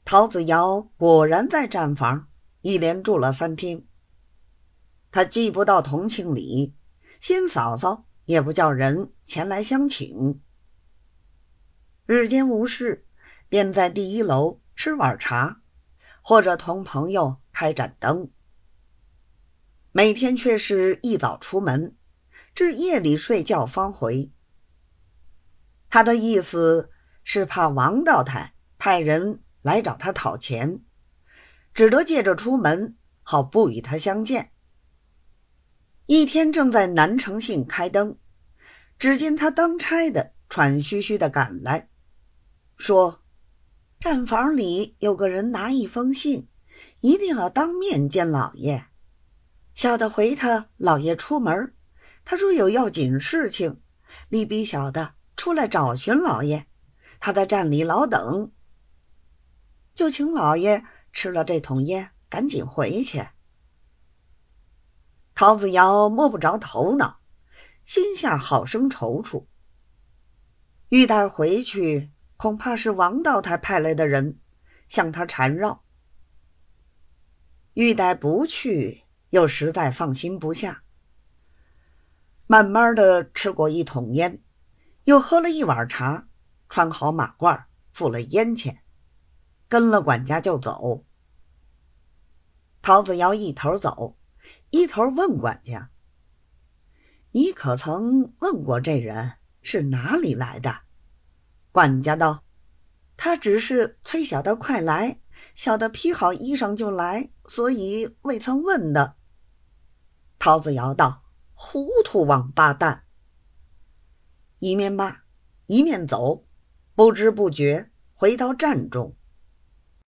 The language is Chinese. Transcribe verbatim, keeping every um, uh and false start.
陶子尧果然在站房一连住了三天。他既不到同庆里，新嫂嫂也不叫人前来相请。日间无事，便在第一楼吃碗茶，或者同朋友开盏灯。每天却是一早出门，至夜里睡觉方回。他的意思是怕王道台派人来找他讨钱，只得借着出门，好不与他相见。一天正在南城信开灯，只见他当差的喘吁吁地赶来，说站房里有个人拿一封信，一定要当面见老爷。小的回他老爷出门，他说有要紧事情，力逼小的出来找寻老爷，他在站里老等，就请老爷吃了这桶烟赶紧回去。陶子尧摸不着头脑，心下好生踌躇。玉带回去恐怕是王道台派来的人向他缠绕，玉带不去又实在放心不下。慢慢的吃过一桶烟，又喝了一碗茶，穿好马褂，付了烟钱，跟了管家就走。陶子尧一头走，一头问管家，你可曾问过这人是哪里来的？管家道，他只是催小的快来，小的披好衣裳就来，所以未曾问的。陶子尧道，糊涂王八蛋。一面骂一面走，不知不觉回到站中。